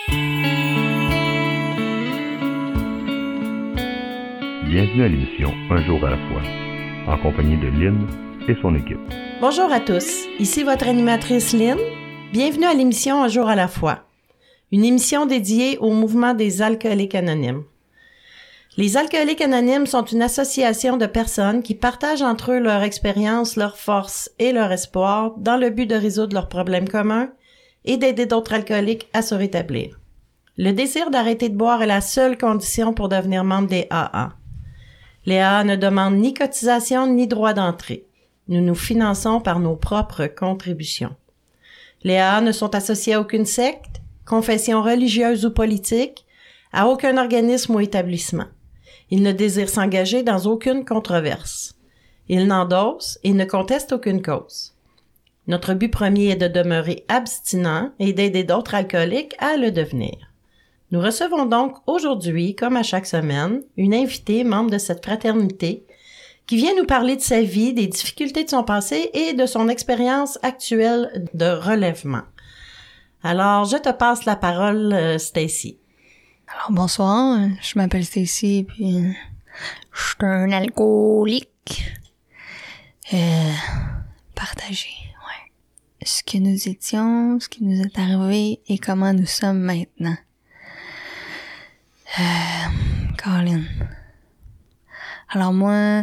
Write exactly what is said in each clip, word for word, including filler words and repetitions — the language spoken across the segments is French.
Bienvenue à l'émission Un jour à la fois, en compagnie de Lynn et son équipe. Bonjour à tous, ici votre animatrice Lynn. Bienvenue à l'émission Un jour à la fois, une émission dédiée au mouvement des alcooliques anonymes. Les alcooliques anonymes sont une association de personnes qui partagent entre eux leur expérience, leurs forces et leur espoir dans le but de résoudre leurs problèmes communs et d'aider d'autres alcooliques à se rétablir. Le désir d'arrêter de boire est la seule condition pour devenir membre des A A. Les A A ne demandent ni cotisation ni droit d'entrée. Nous nous finançons par nos propres contributions. Les A A ne sont associés à aucune secte, confession religieuse ou politique, à aucun organisme ou établissement. Ils ne désirent s'engager dans aucune controverse. Ils n'endossent et ne contestent aucune cause. Notre but premier est de demeurer abstinent et d'aider d'autres alcooliques à le devenir. Nous recevons donc aujourd'hui, comme à chaque semaine, une invitée membre de cette fraternité qui vient nous parler de sa vie, des difficultés de son passé et de son expérience actuelle de relèvement. Alors, je te passe la parole, Stacy. Alors, bonsoir, je m'appelle Stacy, puis je suis un alcoolique euh, partagé, ouais. Ce que nous étions, ce qui nous est arrivé et comment nous sommes maintenant. Euh, Colin. Alors moi,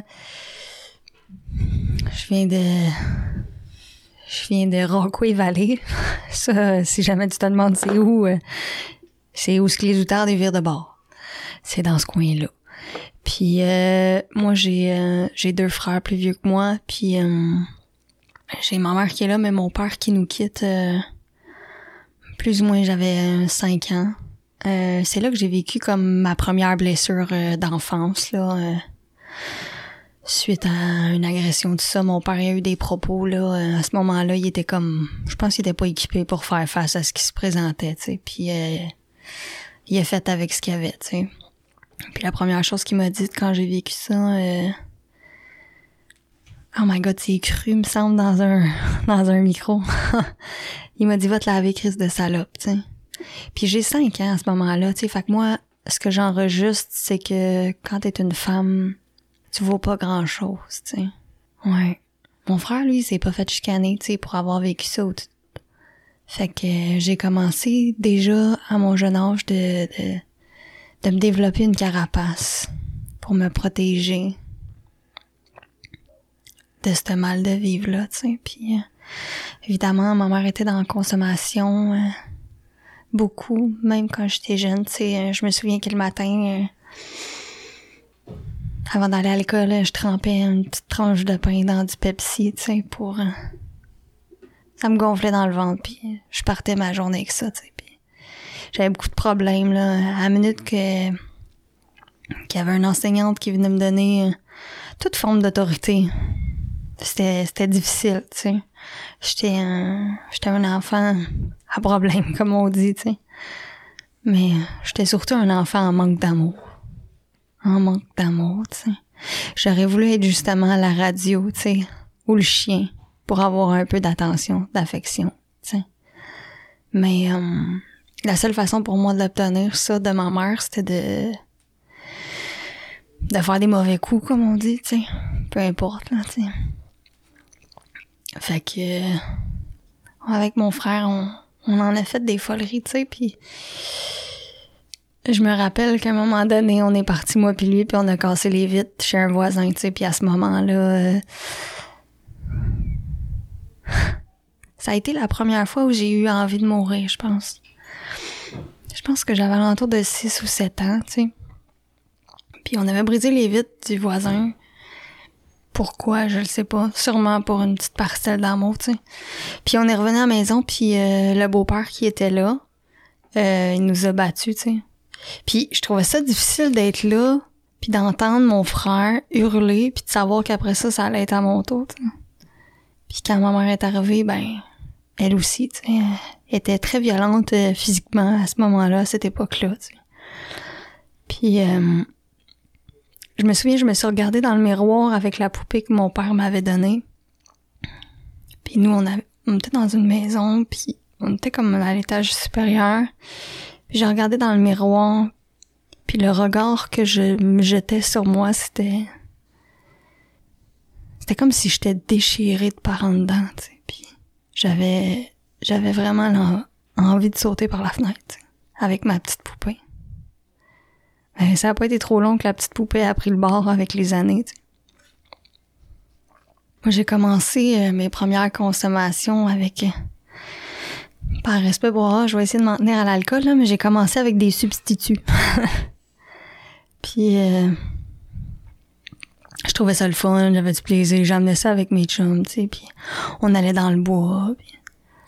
je viens de... Je viens de Rockaway Valley. Ça, si jamais tu te demandes c'est où... Euh, C'est où ce que les outardes virent de bord. C'est dans ce coin-là. Puis euh, moi, j'ai euh, j'ai deux frères plus vieux que moi. Puis euh, j'ai ma mère qui est là, mais mon père qui nous quitte. Euh, plus ou moins, j'avais euh, cinq ans. Euh, c'est là que j'ai vécu comme ma première blessure euh, d'enfance, là. Euh, suite à une agression de ça, mon père a eu des propos, là. Euh, à ce moment-là, il était comme... Je pense qu'il était pas équipé pour faire face à ce qui se présentait, tu sais. Puis... Euh, il a fait avec ce qu'il y avait, tu sais. Puis la première chose qu'il m'a dit quand j'ai vécu ça, euh... oh my god, c'est cru, me semble, dans un dans un micro. Il m'a dit, va te laver, Christ de salope, tu sais. Puis j'ai cinq ans à ce moment-là, tu sais. Fait que moi, ce que j'enregistre, c'est que quand t'es une femme, tu vaux pas grand-chose, tu sais. Ouais. Mon frère, lui, il s'est pas fait chicaner, tu sais, pour avoir vécu ça. Fait que j'ai commencé déjà à mon jeune âge de, de, de me développer une carapace pour me protéger de ce mal de vivre-là, tu sais. Puis euh, évidemment, ma mère était dans la consommation euh, beaucoup, même quand j'étais jeune, tu sais. Je me souviens que le matin, euh, avant d'aller à l'école, je trempais une petite tranche de pain dans du Pepsi, tu sais, pour... Euh, ça me gonflait dans le ventre, puis je partais ma journée avec ça, tu sais. Puis j'avais beaucoup de problèmes, là. À la minute que qu'il y avait une enseignante qui venait me donner euh, toute forme d'autorité, c'était c'était difficile, tu sais. J'étais un j'étais un enfant à problème, comme on dit, tu sais. Mais j'étais surtout un enfant en manque d'amour. En manque d'amour, tu sais. J'aurais voulu être justement à la radio, tu sais, ou le chien, pour avoir un peu d'attention, d'affection, tu sais. Mais euh, la seule façon pour moi d'obtenir ça de ma mère, c'était de de faire des mauvais coups, comme on dit, tu sais. Peu importe, là, tu sais. Fait que euh, avec mon frère, on, on en a fait des foleries, tu sais, puis je me rappelle qu'à un moment donné, on est parti, moi puis lui, puis on a cassé les vitres chez un voisin, tu sais, puis à ce moment-là... Euh, ça a été la première fois où j'ai eu envie de mourir, je pense. Je pense que j'avais alentour de six ou sept ans, tu sais. Puis on avait brisé les vitres du voisin. Pourquoi, je le sais pas. Sûrement pour une petite parcelle d'amour, tu sais. Puis on est revenu à la maison, puis euh, le beau-père qui était là, euh, il nous a battus, tu sais. Puis je trouvais ça difficile d'être là, puis d'entendre mon frère hurler, puis de savoir qu'après ça, ça allait être à mon tour, tu sais. Puis quand ma mère est arrivée, ben, elle aussi, tu sais, était très violente euh, physiquement à ce moment-là, à cette époque-là, tu sais. Puis, euh, je me souviens, je me suis regardée dans le miroir avec la poupée que mon père m'avait donnée. Puis nous, on, avait, on était dans une maison, puis on était comme à l'étage supérieur. Puis j'ai regardé dans le miroir, puis le regard que je me jetais sur moi, c'était... C'était comme si j'étais déchirée de par en dedans, tu sais. Puis j'avais... J'avais vraiment l'en... envie de sauter par la fenêtre, t'sais, avec ma petite poupée. Mais ça a pas été trop long que la petite poupée a pris le bord avec les années, t'sais. Moi, j'ai commencé euh, mes premières consommations avec... Euh, par respect pour ah, je vais essayer de m'en tenir à l'alcool, là, mais j'ai commencé avec des substituts. Puis, euh, je trouvais ça le fun, j'avais du plaisir, j'amenais ça avec mes chums, tu sais, puis on allait dans le bois, puis...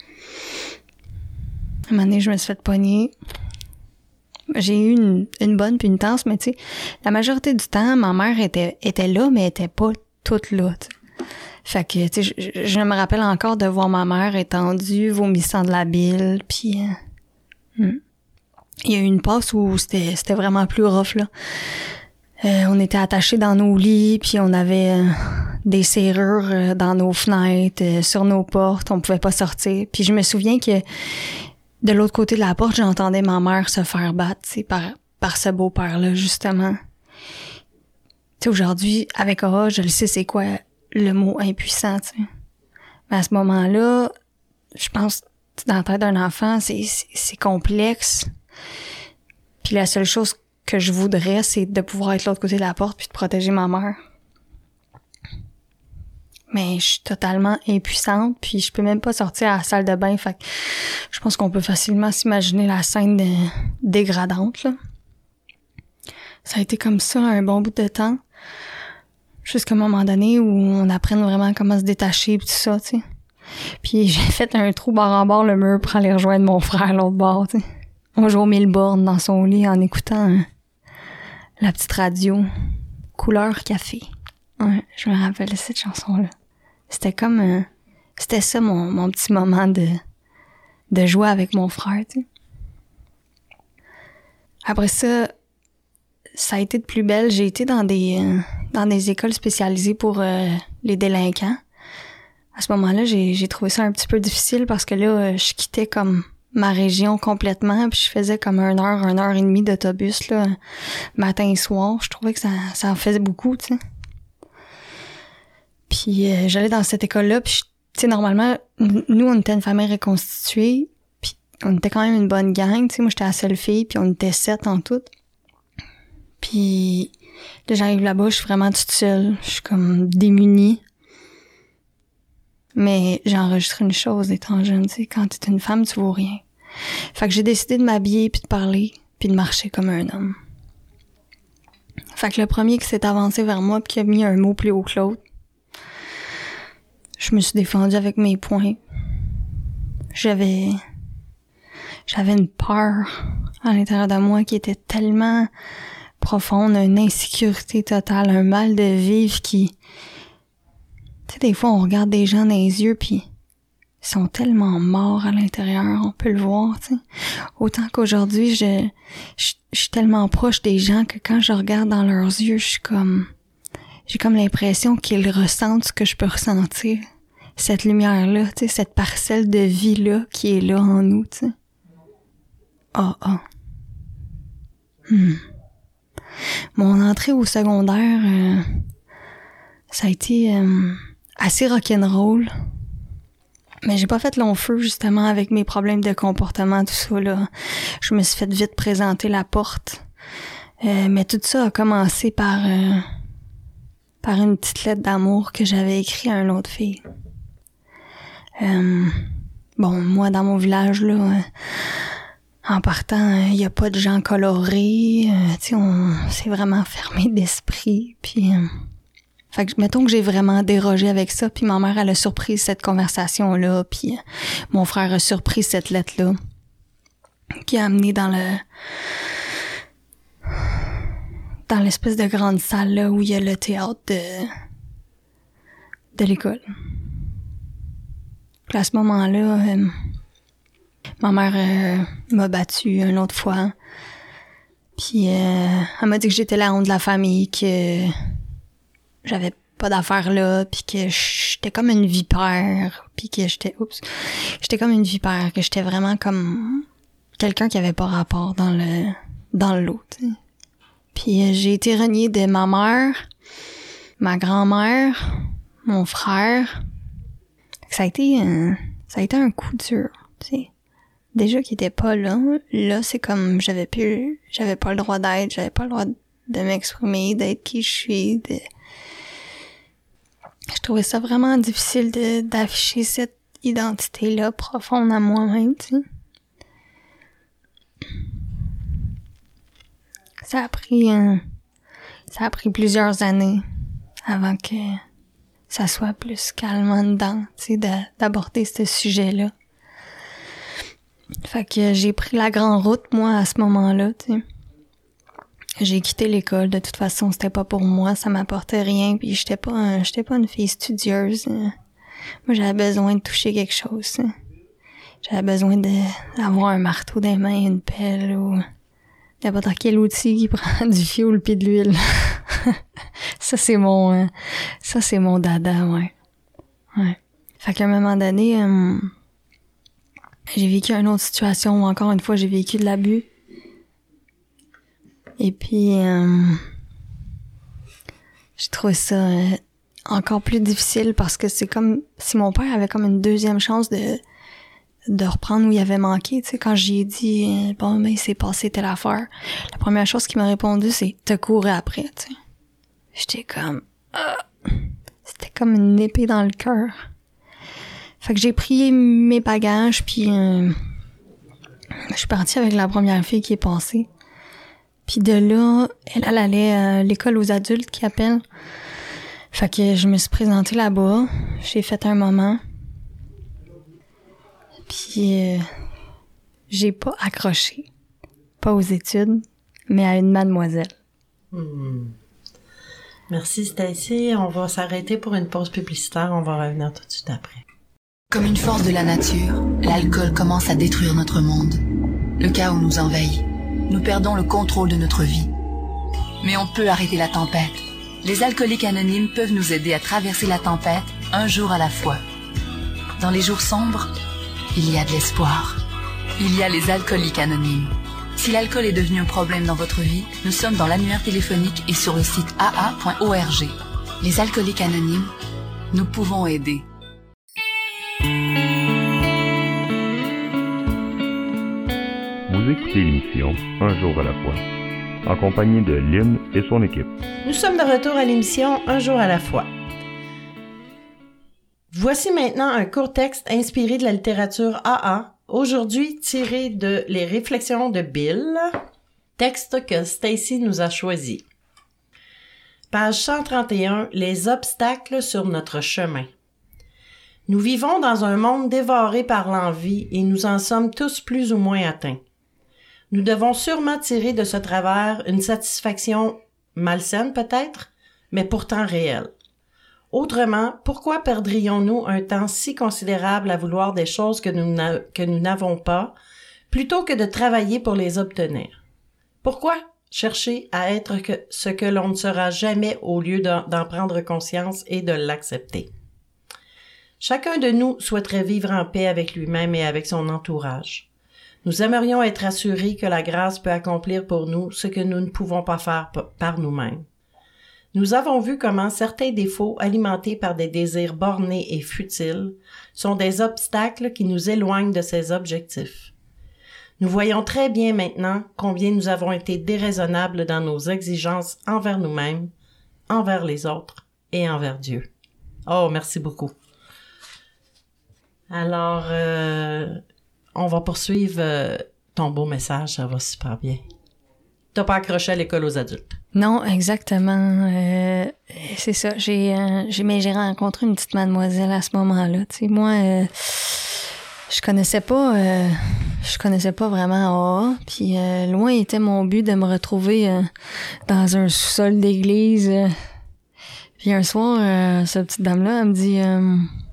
Un moment donné, je me suis fait pogner. J'ai eu une, une bonne puis une tasse, mais tu sais, la majorité du temps, ma mère était, était là, mais elle était pas toute là, tu sais. Fait que, tu sais, je, je me rappelle encore de voir ma mère étendue, vomissant de la bile, puis euh, hmm. il y a eu une passe où c'était, c'était vraiment plus rough, là. Euh, on était attachés dans nos lits, puis on avait euh, des serrures euh, dans nos fenêtres, euh, sur nos portes, on pouvait pas sortir. Puis je me souviens que de l'autre côté de la porte, j'entendais ma mère se faire battre, tu sais, par, par ce beau-père-là, justement. Tu sais, aujourd'hui, avec Aura, je le sais c'est quoi le mot impuissant, tu sais. Mais à ce moment-là, je pense, dans la tête d'un enfant, c'est, c'est, c'est complexe. Puis la seule chose que je voudrais, c'est de pouvoir être de l'autre côté de la porte puis de protéger ma mère. Mais je suis totalement impuissante, puis je peux même pas sortir à la salle de bain, fait que je pense qu'on peut facilement s'imaginer la scène de, dégradante, là. Ça a été comme ça un bon bout de temps, jusqu'à un moment donné où on apprenne vraiment comment se détacher pis tout ça, tu sais. Puis j'ai fait un trou bord en bord le mur pour aller rejoindre mon frère à l'autre bord, tu sais. On jouait au mille bornes dans son lit en écoutant hein, la petite radio couleur café. Ouais, je me rappelle cette chanson-là. C'était comme... Euh, c'était ça mon, mon petit moment de, de jouer avec mon frère, tu sais. Après ça, ça a été de plus belle. J'ai été dans des euh, dans des écoles spécialisées pour euh, les délinquants. À ce moment-là, j'ai, j'ai trouvé ça un petit peu difficile parce que là, euh, je quittais comme ma région complètement, puis je faisais comme une heure, une heure et demie d'autobus, là, matin et soir. Je trouvais que ça, ça en faisait beaucoup, tu sais. Puis euh, j'allais dans cette école-là, puis tu sais, normalement, nous, on était une famille reconstituée, puis on était quand même une bonne gang, tu sais, moi, j'étais la seule fille, puis on était sept en tout. Puis là, j'arrive là-bas, je suis vraiment toute seule, je suis comme démunie. Mais j'ai enregistré une chose étant jeune, tu sais, quand t'es une femme, tu vaux rien. Fait que j'ai décidé de m'habiller, puis de parler, puis de marcher comme un homme. Fait que le premier qui s'est avancé vers moi, puis qui a mis un mot plus haut que l'autre, je me suis défendue avec mes poings. J'avais... J'avais une peur à l'intérieur de moi qui était tellement profonde, une insécurité totale, un mal de vivre qui... Tu sais, des fois, on regarde des gens dans les yeux, puis ils sont tellement morts à l'intérieur, on peut le voir, tu sais. Autant qu'aujourd'hui, je, je, je suis tellement proche des gens que quand je regarde dans leurs yeux, je suis comme... J'ai comme l'impression qu'ils ressentent ce que je peux ressentir. Cette lumière-là, tu sais, cette parcelle de vie-là qui est là en nous, tu sais. Ah, ah. Hmm. Mon entrée au secondaire, euh, ça a été euh, assez rock'n'roll. Mais j'ai pas fait long feu, justement, avec mes problèmes de comportement, tout ça, là. Je me suis fait vite présenter la porte. Euh, mais tout ça a commencé par... Euh, par une petite lettre d'amour que j'avais écrite à une autre fille. Euh, bon, moi, dans mon village, là, euh, en partant, il n'y a pas de gens colorés, euh, tu sais, on c'est vraiment fermé d'esprit, puis... Euh, fait que, mettons que j'ai vraiment dérogé avec ça, puis ma mère, elle a surpris cette conversation-là, puis euh, mon frère a surpris cette lettre-là, qui a amené dans le... dans l'espèce de grande salle là où il y a le théâtre de de l'école. Puis à ce moment-là, euh, ma mère euh, m'a battue une autre fois. Puis euh, elle m'a dit que j'étais la honte de la famille, que j'avais pas d'affaires là, puis que j'étais comme une vipère, puis que j'étais oups, j'étais comme une vipère, que j'étais vraiment comme quelqu'un qui avait pas rapport dans le dans le lot, t'sais. Puis euh, j'ai été reniée de ma mère, ma grand-mère, mon frère. Ça a été un, ça a été un coup dur, tu sais. Déjà qu'il était pas là, là c'est comme j'avais plus, j'avais pas le droit d'être, j'avais pas le droit de m'exprimer, d'être qui je suis. De... Je trouvais ça vraiment difficile de d'afficher cette identité-là profonde à moi-même, tu sais. Ça a pris, euh, ça a pris plusieurs années avant que ça soit plus calme en dedans, tu sais, d'aborder ce sujet-là. Fait que j'ai pris la grande route, moi, à ce moment-là, tu sais. J'ai quitté l'école, de toute façon, c'était pas pour moi, ça m'apportait rien, puis j'étais pas, un, j'étais pas une fille studieuse. Hein. Moi, j'avais besoin de toucher quelque chose. Hein. J'avais besoin de d'avoir un marteau dans les mains, une pelle, ou n'importe quel outil qui prend du fioul puis de l'huile. Ça, c'est mon, euh, ça, c'est mon dada, ouais. Ouais. Fait qu'à un moment donné, euh, j'ai vécu une autre situation où, encore une fois, j'ai vécu de l'abus. Et puis, euh, j'ai trouvé ça euh, encore plus difficile parce que c'est comme si mon père avait comme une deuxième chance de de reprendre où il avait manqué. Tu sais, quand j'ai dit, bon, ben, il s'est passé telle affaire, la première chose qu'il m'a répondu, c'est « te courir après », tu sais. J'étais comme... Ah! C'était comme une épée dans le cœur. Fait que j'ai pris mes bagages, puis euh, je suis partie avec la première fille qui est passée. Puis de là, elle, elle allait à l'école aux adultes qui appelle. Fait que je me suis présentée là-bas. J'ai fait un moment. Puis euh, j'ai pas accroché. Pas aux études, mais à une mademoiselle. Hmm. Merci Stacy. On va s'arrêter pour une pause publicitaire. On va revenir tout de suite après. Comme une force de la nature, l'alcool commence à détruire notre monde. Le chaos nous envahit. Nous perdons le contrôle de notre vie. Mais on peut arrêter la tempête. Les alcooliques anonymes peuvent nous aider à traverser la tempête un jour à la fois. Dans les jours sombres, il y a de l'espoir. Il y a les alcooliques anonymes. Si l'alcool est devenu un problème dans votre vie, nous sommes dans l'annuaire téléphonique et sur le site a a point org. Les alcooliques anonymes, nous pouvons aider. Vous écoutez l'émission Un jour à la fois, en compagnie de Lynn et son équipe. Nous sommes de retour à l'émission Un jour à la fois. Voici maintenant un court texte inspiré de la littérature A A, aujourd'hui tiré de Les réflexions de Bill, texte que Stacy nous a choisi. Page cent trente et un, les obstacles sur notre chemin. Nous vivons dans un monde dévoré par l'envie et nous en sommes tous plus ou moins atteints. Nous devons sûrement tirer de ce travers une satisfaction malsaine peut-être, mais pourtant réelle. Autrement, pourquoi perdrions-nous un temps si considérable à vouloir des choses que nous, n'a, que nous n'avons pas, plutôt que de travailler pour les obtenir? Pourquoi chercher à être que ce que l'on ne sera jamais au lieu d'en, d'en prendre conscience et de l'accepter? Chacun de nous souhaiterait vivre en paix avec lui-même et avec son entourage. Nous aimerions être assurés que la grâce peut accomplir pour nous ce que nous ne pouvons pas faire p- par nous-mêmes. Nous avons vu comment certains défauts alimentés par des désirs bornés et futiles sont des obstacles qui nous éloignent de ces objectifs. Nous voyons très bien maintenant combien nous avons été déraisonnables dans nos exigences envers nous-mêmes, envers les autres et envers Dieu. Oh, merci beaucoup. Alors, euh, on va poursuivre euh, ton beau message, ça va super bien. T'as pas accroché à l'école aux adultes? Non, exactement. Euh, c'est ça. J'ai, euh, j'ai, mais j'ai rencontré une petite mademoiselle à ce moment-là. Tu sais, moi, euh, je connaissais pas, euh, je connaissais pas vraiment A A. Puis euh, loin était mon but de me retrouver euh, dans un sous-sol d'église. Euh. Puis un soir, euh, cette petite dame-là, elle me dit, euh,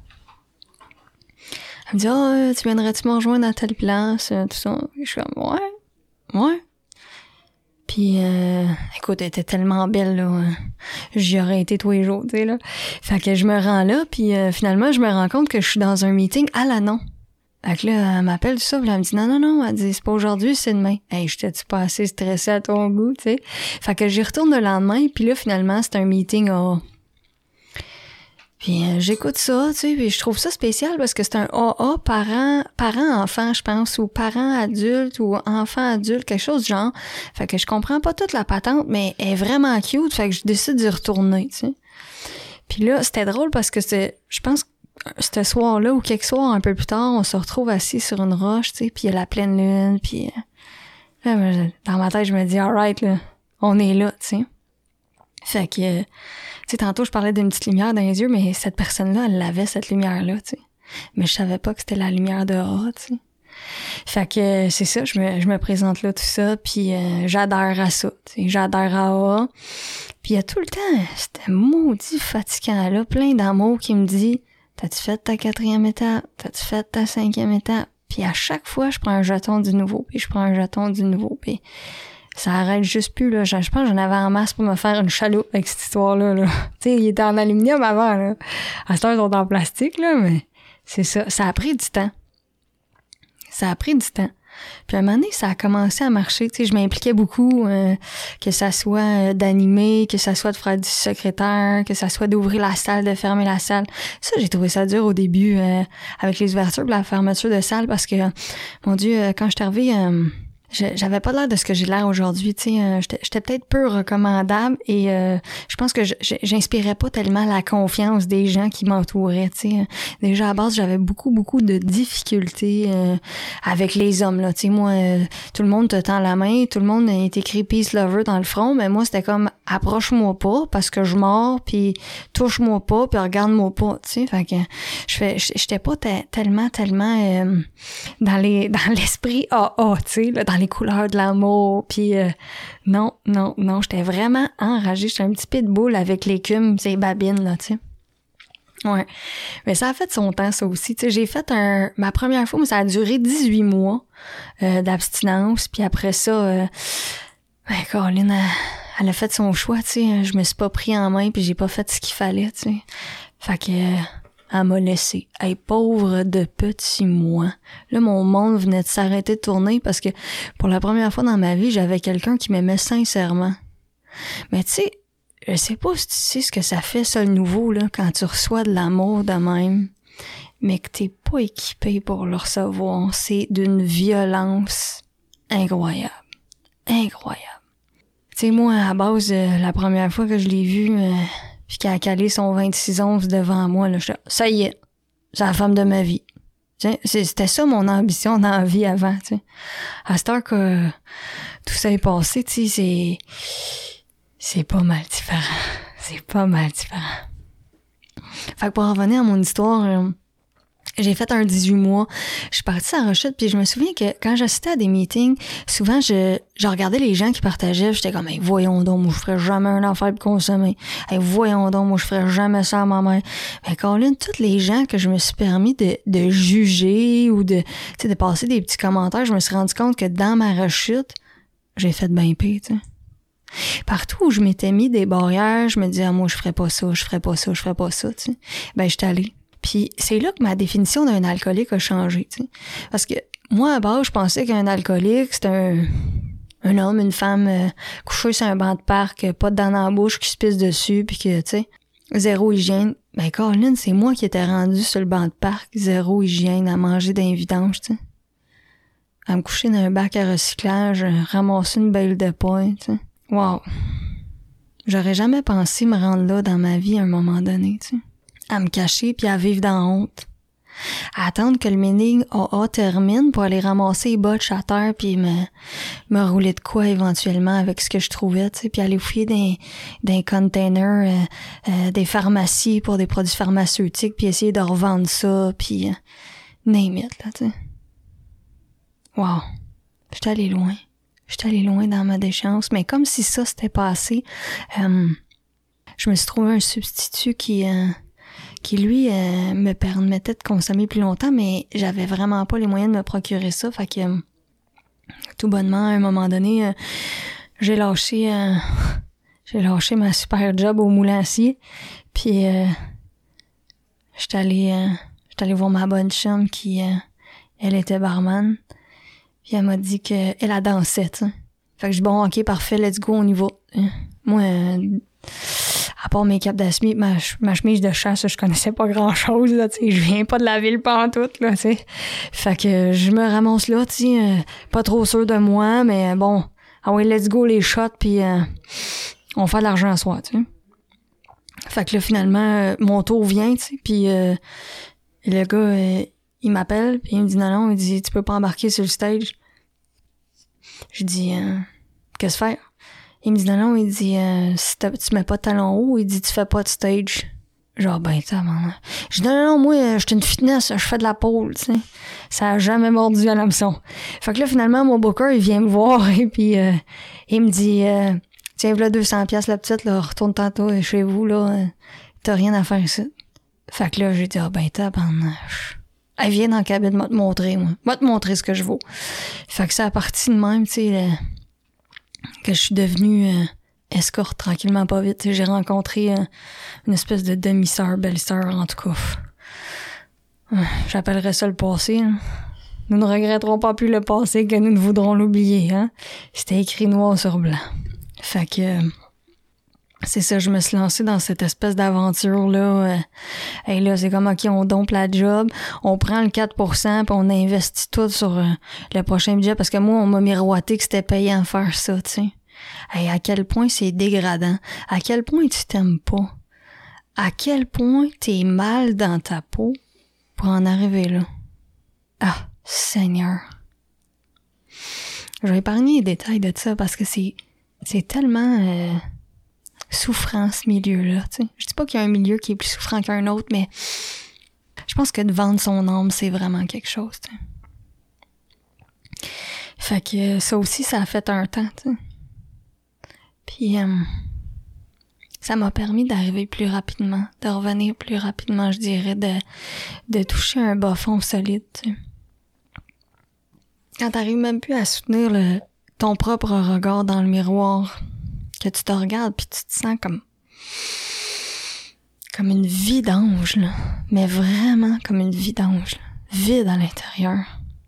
elle me dit, ah, oh, tu viendrais-tu me rejoindre à telle place, tout ça. Puis je suis comme, ouais, ouais. Puis, euh, écoute, elle était tellement belle, là. J'y aurais été tous les jours, tu sais, là. Fait que je me rends là, puis euh, finalement, je me rends compte que je suis dans un meeting à l'Anon. Fait que là, elle m'appelle tout ça, puis elle me dit non, non, non, elle dit c'est pas aujourd'hui, c'est demain. Hey, j'étais-tu pas assez stressée à ton goût, tu sais? Fait que j'y retourne le lendemain, puis là, finalement, c'est un meeting A A. Puis euh, j'écoute ça, tu sais, puis je trouve ça spécial parce que c'est un A A parent, parent-enfant, je pense, ou parent-adulte, ou enfant-adulte, quelque chose du genre. Fait que je comprends pas toute la patente, mais elle est vraiment cute, fait que je décide d'y retourner, tu sais. Puis là, c'était drôle parce que c'est, je pense que ce soir-là ou quelques soirs un peu plus tard, on se retrouve assis sur une roche, tu sais, puis il y a la pleine lune, puis là, dans ma tête, je me dis, alright, là, on est là, tu sais. Fait que, tu sais, tantôt, je parlais d'une petite lumière dans les yeux, mais cette personne-là, elle avait cette lumière-là, tu sais. Mais je savais pas que c'était la lumière de A, tu sais. Fait que, c'est ça, je me, je me présente là, tout ça, puis euh, j'adhère à ça, tu sais, j'adhère à A. Puis il y a tout le temps, c'était maudit fatigant, là, plein d'amour qui me dit « T'as-tu fait ta quatrième étape? T'as-tu fait ta cinquième étape? » Puis à chaque fois, je prends un jeton du nouveau, puis je prends un jeton du nouveau, puis ça arrête juste plus, là. Je, je pense que j'en avais en masse pour me faire une chaloupe avec cette histoire-là, là. Tu sais, il était en aluminium avant, là. À cette heure, ils sont en plastique, là, mais c'est ça. Ça a pris du temps. Ça a pris du temps. Puis à un moment donné, ça a commencé à marcher. Tu sais, je m'impliquais beaucoup, euh, que ça soit euh, d'animer, que ça soit de faire du secrétaire, que ça soit d'ouvrir la salle, de fermer la salle. Ça, j'ai trouvé ça dur au début, euh, avec les ouvertures et la fermeture de salle, parce que, mon Dieu, euh, quand je suis arrivée... Euh, j'avais pas l'air de ce que j'ai l'air aujourd'hui, tu sais, euh, j'étais, j'étais peut-être peu recommandable et euh, je pense que je, j'inspirais pas tellement la confiance des gens qui m'entouraient, tu sais. Déjà à base, j'avais beaucoup beaucoup de difficultés euh, avec les hommes là, tu sais, moi euh, tout le monde te tend la main, tout le monde est écrit peace lover dans le front, mais moi c'était comme approche-moi pas parce que je mords, puis touche-moi pas, puis regarde-moi pas, tu sais. Fait que je fais j'étais pas t- tellement tellement euh, dans les dans l'esprit A A, tu sais, là, dans les couleurs de l'amour, puis euh, non, non, non, j'étais vraiment enragée, j'étais un petit pitbull avec l'écume, ces babines, là, tu sais. Ouais. Mais ça a fait son temps, ça aussi, tu sais, j'ai fait un, ma première fois, mais ça a duré dix-huit mois euh, d'abstinence, puis après ça, euh, ben, Caroline, elle, elle a fait son choix, tu sais, je me suis pas pris en main, puis j'ai pas fait ce qu'il fallait, tu sais. Fait que... Euh, elle m'a laissé. Hey, pauvre de petit moi. Là, mon monde venait de s'arrêter de tourner parce que pour la première fois dans ma vie, j'avais quelqu'un qui m'aimait sincèrement. Mais tu sais, je sais pas si tu sais ce que ça fait, ça, le nouveau, là, quand tu reçois de l'amour de même, mais que t'es pas équipé pour le recevoir. C'est d'une violence incroyable. Incroyable. Tu sais, moi, à base, euh, la première fois que je l'ai vu... Euh, puis qu'elle a calé son vingt-six onces devant moi, là, je ça y est, c'est la femme de ma vie. T'sais, c'était ça mon ambition dans la vie avant, tu sais. À cette heure que tout ça est passé, tu sais, c'est... c'est pas mal différent. C'est pas mal différent. Fait que pour revenir à mon histoire... Euh, j'ai fait un dix-huit mois. Je suis partie à la rechute, puis je me souviens que quand j'assistais à des meetings, souvent, je, je regardais les gens qui partageaient, j'étais comme, hey, voyons donc, moi, je ferais jamais un affaire pour consommer. Hey, voyons donc, moi, je ferais jamais ça à ma mère. Mais Colin, tous les gens que je me suis permis de, de juger ou de, tu sais, de passer des petits commentaires, je me suis rendu compte que dans ma rechute, j'ai fait bien pire, tu sais. Partout où je m'étais mis des barrières, je me disais, ah, moi, je ferais pas ça, je ferais pas ça, je ferais pas ça, tu sais. Ben, j'étais allée. Puis c'est là que ma définition d'un alcoolique a changé, tu sais. Parce que moi, à base, je pensais qu'un alcoolique, c'était un, un homme, une femme euh, couchée sur un banc de parc, pas de dents dans la bouche, qui se pisse dessus, puis que, tu sais, zéro hygiène. Ben, Caroline, c'est moi qui étais rendue sur le banc de parc, zéro hygiène, à manger d'un vidange, tu sais. À me coucher dans un bac à recyclage, ramasser une belle de pain, tu sais. Wow! J'aurais jamais pensé me rendre là dans ma vie à un moment donné, tu sais. À me cacher puis à vivre dans honte. À attendre que le meeting A A termine pour aller ramasser les botches à terre puis me, me rouler de quoi éventuellement avec ce que je trouvais, tu sais, puis aller fouiller des, des containers, euh, euh, des pharmacies pour des produits pharmaceutiques puis essayer de revendre ça puis euh, name it, là, tu sais. Wow. J'étais allée loin. J'étais allée loin dans ma déchéance, mais comme si ça s'était passé, euh, je me suis trouvé un substitut qui... Euh, qui, lui, euh, me permettait de consommer plus longtemps, mais j'avais vraiment pas les moyens de me procurer ça. Fait que, euh, tout bonnement, à un moment donné, euh, j'ai lâché euh, j'ai lâché ma super job au moulin à acier. Puis, euh, j'étais allée, euh, j'étais allée voir ma bonne chum qui, euh, elle était barman. Puis elle m'a dit qu'elle a dansé, tu sais. Fait que je dis, bon, OK, parfait, let's go, on y va. Moi, euh, à part mes capes d'asmi, ma, ma chemise de chasse, je connaissais pas grand-chose, là, tu sais. Je viens pas de la ville pantoute, là, tu sais. Fait que je me ramasse là, tu sais, euh, pas trop sûr de moi, mais bon, ah ouais, let's go, les shots, puis euh, on fait de l'argent à soir, tu sais. Fait que là, finalement, euh, mon tour vient, tu sais, puis euh, le gars, euh, il m'appelle, puis il me dit non, non, il dit, tu peux pas embarquer sur le stage. Je dis, euh, qu'est-ce faire? Il me dit non, non, il dit, euh, si tu mets pas de talons hauts, il dit, tu fais pas de stage. Genre, ben, t'as, maman. Je dis, non, non, non, moi, je suis une fitness, je fais de la pole, tu sais. Ça a jamais mordu à l'hameçon. Fait que là, finalement, mon booker, il vient me voir, et puis, euh, il me dit, euh, tiens, voilà deux cents piastres, la petite, là, retourne tantôt chez vous, là, euh, t'as rien à faire ici. Fait que là, j'ai dit, ah, ben, t'as, ben, elle vient dans la cabine, m'a te montrer, moi. M'a te montrer ce que je vaux. Fait que c'est à partir de même, tu sais, le... que je suis devenue euh, escorte tranquillement pas vite. T'sais, j'ai rencontré euh, une espèce de demi-sœur, belle-sœur, en tout cas. Euh, j'appellerais ça le passé. Hein. Nous ne regretterons pas plus le passé que nous ne voudrons l'oublier. Hein. C'était écrit noir sur blanc. Fait que... Euh, c'est ça, je me suis lancée dans cette espèce d'aventure-là. Et hey, là, c'est comme, OK, on dompe la job, on prend le quatre pour cent, puis on investit tout sur euh, le prochain budget, parce que moi, on m'a miroité que c'était payant de faire ça, tu sais. Hey, à quel point c'est dégradant. À quel point tu t'aimes pas. À quel point t'es mal dans ta peau pour en arriver là. Ah, Seigneur. Je vais épargner les détails de ça, parce que c'est, c'est tellement... Euh, souffrant, ce milieu-là, tu sais. Je dis pas qu'il y a un milieu qui est plus souffrant qu'un autre, mais je pense que de vendre son âme, c'est vraiment quelque chose, tu sais. Fait que ça aussi, ça a fait un temps, tu sais. Puis, euh, ça m'a permis d'arriver plus rapidement, de revenir plus rapidement, je dirais, de, de toucher un bas fond solide, tu sais. Quand t'arrives même plus à soutenir le, ton propre regard dans le miroir, que tu te regardes puis tu te sens comme comme une vidange, là. Mais vraiment comme une vidange, là. Vide à l'intérieur.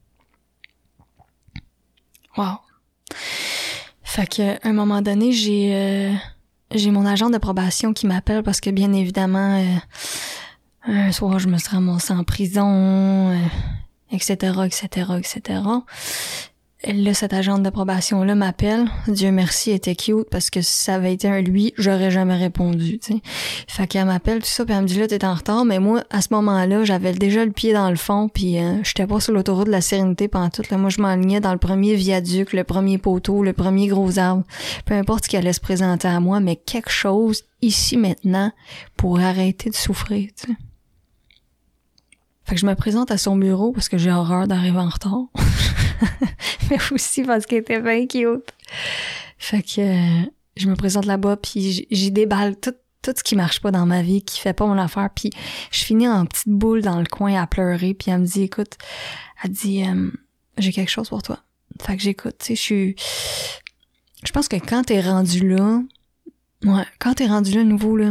Wow. Fait que à un moment donné, j'ai euh, j'ai mon agent de probation qui m'appelle parce que bien évidemment euh, un soir je me suis ramassée en prison, euh, et cetera, et cetera, et cetera. Là, cette agente de probation-là m'appelle. Dieu merci, elle était cute, parce que si ça avait été un lui, j'aurais jamais répondu, tu sais. Fait qu'elle m'appelle, tout ça, puis elle me dit, là, t'es en retard, mais moi, à ce moment-là, j'avais déjà le pied dans le fond, puis euh, j'étais pas sur l'autoroute de la Sérénité pendant tout, là. Moi, je m'enlignais dans le premier viaduc, le premier poteau, le premier gros arbre. Peu importe ce qui allait se présenter à moi, mais quelque chose, ici, maintenant, pour arrêter de souffrir, tu sais. Fait que je me présente à son bureau parce que j'ai horreur d'arriver en retard. Mais aussi parce qu'elle était bien cute. Fait que euh, je me présente là-bas puis j'y déballe tout, tout ce qui marche pas dans ma vie, qui fait pas mon affaire. Puis je finis en petite boule dans le coin à pleurer. Puis elle me dit, écoute, elle dit, euh, j'ai quelque chose pour toi. Fait que j'écoute, tu sais, je suis... Je pense que quand t'es rendu là, ouais, quand t'es rendu là nouveau, là,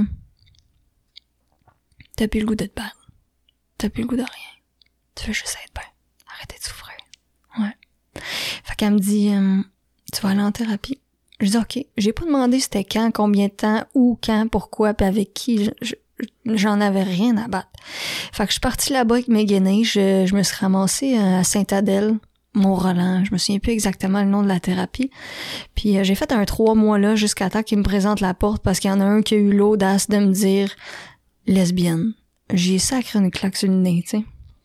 t'as plus le goût de te battre. T'as plus le goût de rien. Tu veux juste être bien. Arrêtez de souffrir. Ouais. Fait qu'elle me dit, euh, tu vas aller en thérapie. Je dis, OK. J'ai pas demandé c'était quand, combien de temps, où, quand, pourquoi, puis avec qui. Je, je, j'en avais rien à battre. Fait que je suis partie là-bas avec mes guenilles. Je, je me suis ramassée à Sainte-Adèle, Mont-Roland. Je me souviens plus exactement le nom de la thérapie. Puis euh, j'ai fait un trois mois là jusqu'à temps qu'ils me présentent la porte parce qu'il y en a un qui a eu l'audace de me dire lesbienne. J'ai sacré une claque sur le nez, tu sais.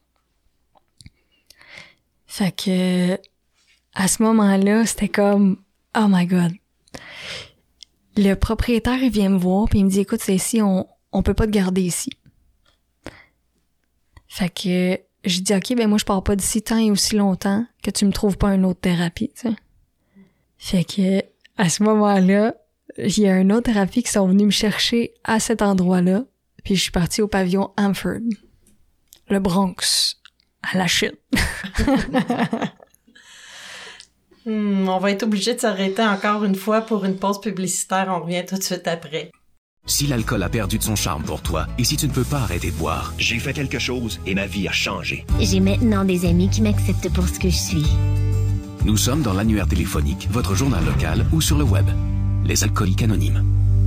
Fait que, à ce moment-là, c'était comme, oh my God. Le propriétaire, il vient me voir, puis il me dit, écoute, c'est ici, on, on peut pas te garder ici. Fait que, j'ai dit, OK, ben moi, je pars pas d'ici tant et aussi longtemps que tu me trouves pas une autre thérapie, tu sais. Fait que, à ce moment-là, il y a une autre thérapie qui sont venus me chercher à cet endroit-là. Puis je suis partie au pavillon Amford, le Bronx, à la chute. hmm, on va être obligé de s'arrêter encore une fois pour une pause publicitaire. On revient tout de suite après. Si l'alcool a perdu de son charme pour toi et si tu ne peux pas arrêter de boire, j'ai fait quelque chose et ma vie a changé. J'ai maintenant des amis qui m'acceptent pour ce que je suis. Nous sommes dans l'annuaire téléphonique, votre journal local ou sur le web. Les Alcooliques Anonymes.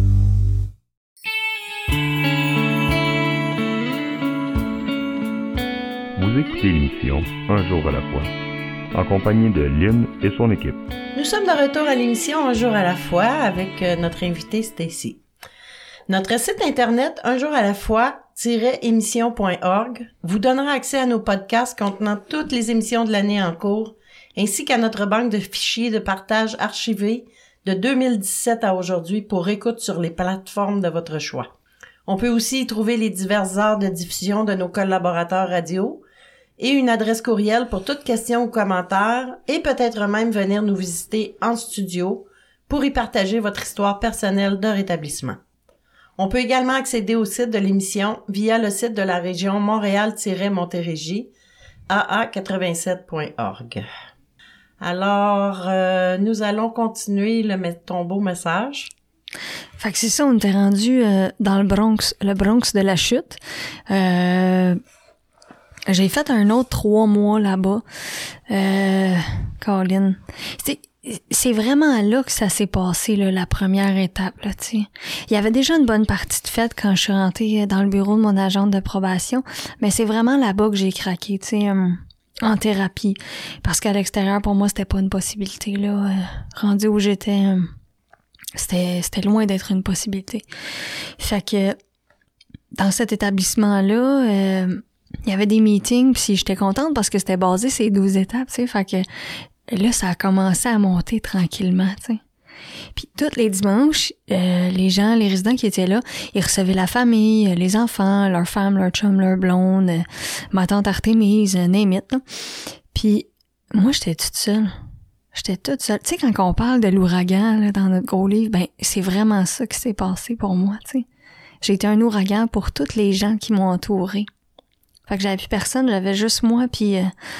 Vous écoutez l'émission Un jour à la fois, en compagnie de Lynn et son équipe. Nous sommes de retour à l'émission Un jour à la fois avec notre invitée Stacy. Notre site internet un jour à la fois tiret émission point org vous donnera accès à nos podcasts contenant toutes les émissions de l'année en cours, ainsi qu'à notre banque de fichiers de partage archivés de deux mille dix-sept à aujourd'hui pour écoute sur les plateformes de votre choix. On peut aussi y trouver les diverses heures de diffusion de nos collaborateurs radio et une adresse courriel pour toute question ou commentaire et peut-être même venir nous visiter en studio pour y partager votre histoire personnelle de rétablissement. On peut également accéder au site de l'émission via le site de la région Montréal-Montérégie, a a quatre-vingt-sept point org. Alors, euh, nous allons continuer le, ton beau message. Fait que c'est ça, on était rendu euh, dans le Bronx, le Bronx de la chute. Euh, j'ai fait un autre trois mois là-bas. Euh, Colin. C'est, c'est vraiment là que ça s'est passé, là, la première étape, là, tu sais. Il y avait déjà une bonne partie de fête quand je suis rentrée dans le bureau de mon agente de probation, mais c'est vraiment là-bas que j'ai craqué, tu sais, euh, en thérapie. Parce qu'à l'extérieur, pour moi, c'était pas une possibilité, là. Euh, rendu où j'étais, euh, c'était, c'était loin d'être une possibilité. Fait que, dans cet établissement-là, euh, il y avait des meetings, puis j'étais contente parce que c'était basé ces douze étapes, tu sais, fait que là, ça a commencé à monter tranquillement, tu sais. Puis tous les dimanches, euh, les gens, les résidents qui étaient là, ils recevaient la famille, les enfants, leurs femmes, leurs chums, leurs blondes, euh, ma tante Artémise, euh, name it, là. Puis moi, j'étais toute seule. J'étais toute seule. Tu sais, quand on parle de l'ouragan là, dans notre gros livre, ben c'est vraiment ça qui s'est passé pour moi, tu sais. J'ai été un ouragan pour toutes les gens qui m'ont entourée. Fait que j'avais plus personne, j'avais juste moi puis... Euh,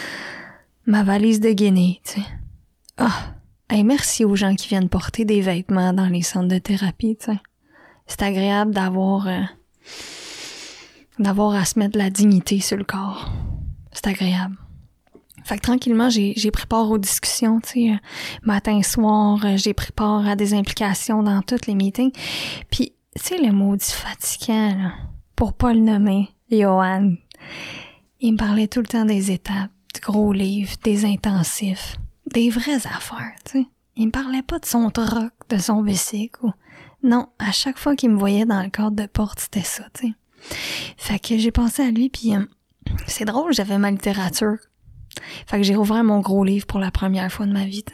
ma valise de Guinée, tu sais. Ah! Oh, hey, merci aux gens qui viennent porter des vêtements dans les centres de thérapie, tu sais. C'est agréable d'avoir... Euh, d'avoir à se mettre de la dignité sur le corps. C'est agréable. Fait que tranquillement, j'ai, j'ai pris part aux discussions, tu sais. Euh, matin, soir, euh, j'ai pris part à des implications dans tous les meetings. Puis, tu sais, le maudit fatigant, là, pour pas le nommer, Johan, il me parlait tout le temps des étapes. Gros livres, des intensifs, des vraies affaires, tu sais. Il me parlait pas de son truck, de son bicycle ou... Non, à chaque fois qu'il me voyait dans le cadre de porte, c'était ça, tu sais. Fait que j'ai pensé à lui, puis euh, c'est drôle, j'avais ma littérature. Fait que j'ai rouvert mon gros livre pour la première fois de ma vie.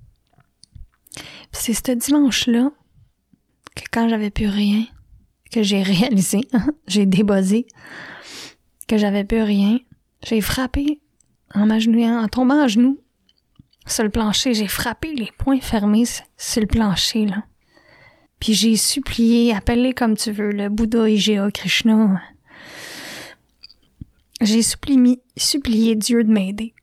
Puis c'est ce dimanche-là que quand j'avais plus rien, que j'ai réalisé, j'ai débossé, que j'avais plus rien, j'ai frappé en m'agenouillant, en tombant à genoux sur le plancher, j'ai frappé les poings fermés sur le plancher, là. Puis j'ai supplié, appelé comme tu veux, le Bouddha Ijaya Krishna. J'ai supplié, supplié Dieu de m'aider.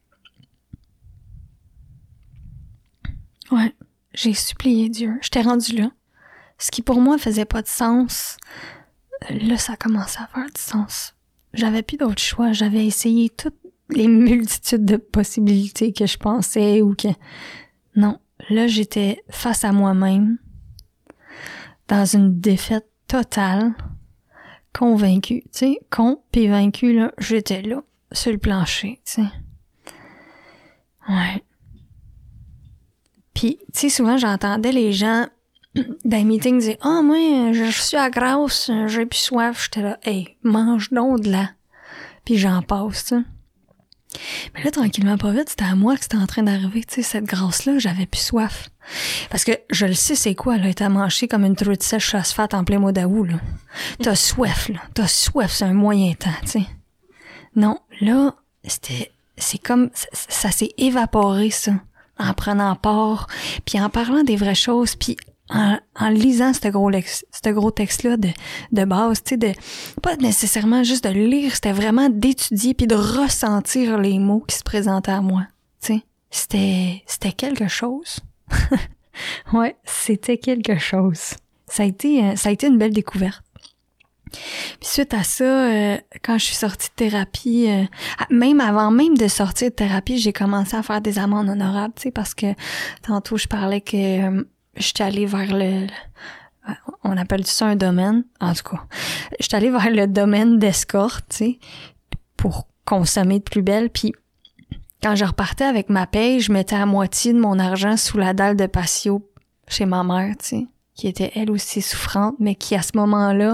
Ouais, j'ai supplié Dieu. J'étais rendue là. Ce qui pour moi faisait pas de sens, là, ça a commencé à faire du sens. J'avais plus d'autre choix. J'avais essayé toutes les multitudes de possibilités que je pensais ou que... Non, là, j'étais face à moi-même, dans une défaite totale, convaincue, tu sais, con pis vaincue, là, j'étais là, sur le plancher, tu sais. Ouais. Puis, tu sais, souvent, j'entendais les gens dans les meetings dire « Ah, oh, moi, je suis à grasse, j'ai plus soif. » J'étais là « Hey, mange donc de là. » Puis j'en passe, tu sais. Mais là, tranquillement, pas vite, c'était à moi que c'était en train d'arriver, tu sais, cette grâce-là, j'avais plus soif. Parce que je le sais, c'est quoi, là, être à manger comme une truite sèche phosphate en plein mois d'août, là. T'as soif, là. T'as soif, c'est un moyen temps, tu sais. Non, là, c'était, c'est comme, ça, ça s'est évaporé, ça, en prenant part, puis en parlant des vraies choses, puis en, en lisant ce gros, ce gros texte-là de, de base, tu sais, de, pas nécessairement juste de lire, c'était vraiment d'étudier puis de ressentir les mots qui se présentaient à moi, tu sais. C'était, c'était quelque chose. Ouais, c'était quelque chose. ça a été, euh, ça a été une belle découverte. Puis suite à ça, euh, quand je suis sortie de thérapie, euh, même avant même de sortir de thérapie, j'ai commencé à faire des amendes honorables, tu sais, parce que tantôt je parlais que euh, j'étais allée vers le, le, on appelle ça un domaine, en tout cas, j'étais allée vers le domaine d'escorte, tu sais, pour consommer de plus belle, puis quand je repartais avec ma paye, je mettais à moitié de mon argent sous la dalle de patio chez ma mère, tu sais, qui était elle aussi souffrante, mais qui à ce moment-là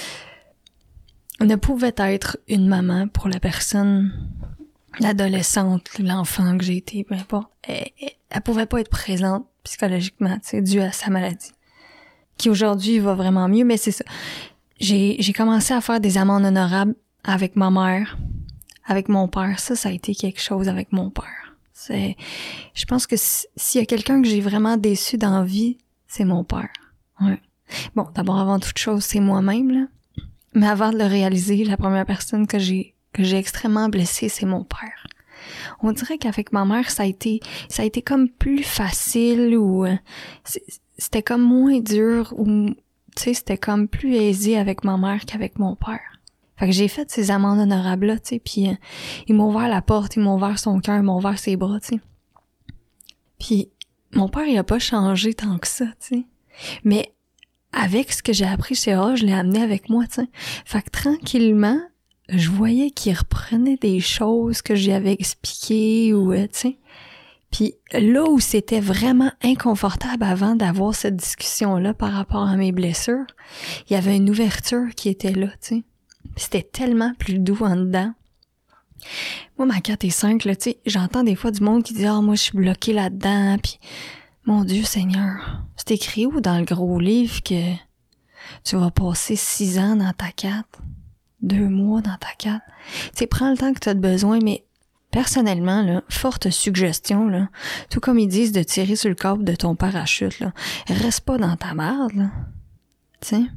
ne pouvait être une maman pour la personne, l'adolescente, l'enfant que j'ai été, peu importe. Elle, elle, elle pouvait pas être présente psychologiquement, tu sais, dû à sa maladie, qui aujourd'hui va vraiment mieux, mais c'est ça. J'ai, j'ai commencé à faire des amendes honorables avec ma mère, avec mon père. Ça, ça a été quelque chose avec mon père. C'est, je pense que s'il y a quelqu'un que j'ai vraiment déçu dans la vie, c'est mon père. Ouais. Bon, d'abord, avant toute chose, c'est moi-même, là. Mais avant de le réaliser, la première personne que j'ai que j'ai extrêmement blessée, c'est mon père. On dirait qu'avec ma mère, ça a été ça a été comme plus facile ou euh, c'était comme moins dur ou tu sais, c'était comme plus aisé avec ma mère qu'avec mon père. Fait que j'ai fait ces amendes honorables-là, tu sais, puis euh, ils m'ont ouvert la porte, ils m'ont ouvert son cœur, ils m'ont ouvert ses bras, tu sais. Puis mon père, il a pas changé tant que ça, tu sais. Mais avec ce que j'ai appris chez A, je l'ai amené avec moi, tu sais. Fait que tranquillement, je voyais qu'il reprenait des choses que j'y avais expliquées ou, tu sais. Puis là où c'était vraiment inconfortable avant d'avoir cette discussion-là par rapport à mes blessures, il y avait une ouverture qui était là, tu sais. Puis c'était tellement plus doux en dedans. Moi, ma quatre et cinq, là, tu sais, j'entends des fois du monde qui dit « Ah, oh, moi, je suis bloquée là-dedans, puis... » Mon Dieu Seigneur, c'est écrit où dans le gros livre que tu vas passer six ans dans ta quatre, deux mois dans ta quatre? Tu sais, prends le temps que tu as besoin, mais personnellement, là, forte suggestion, là, tout comme ils disent de tirer sur le câble de ton parachute, là, reste pas dans ta merde, là. Tu sais?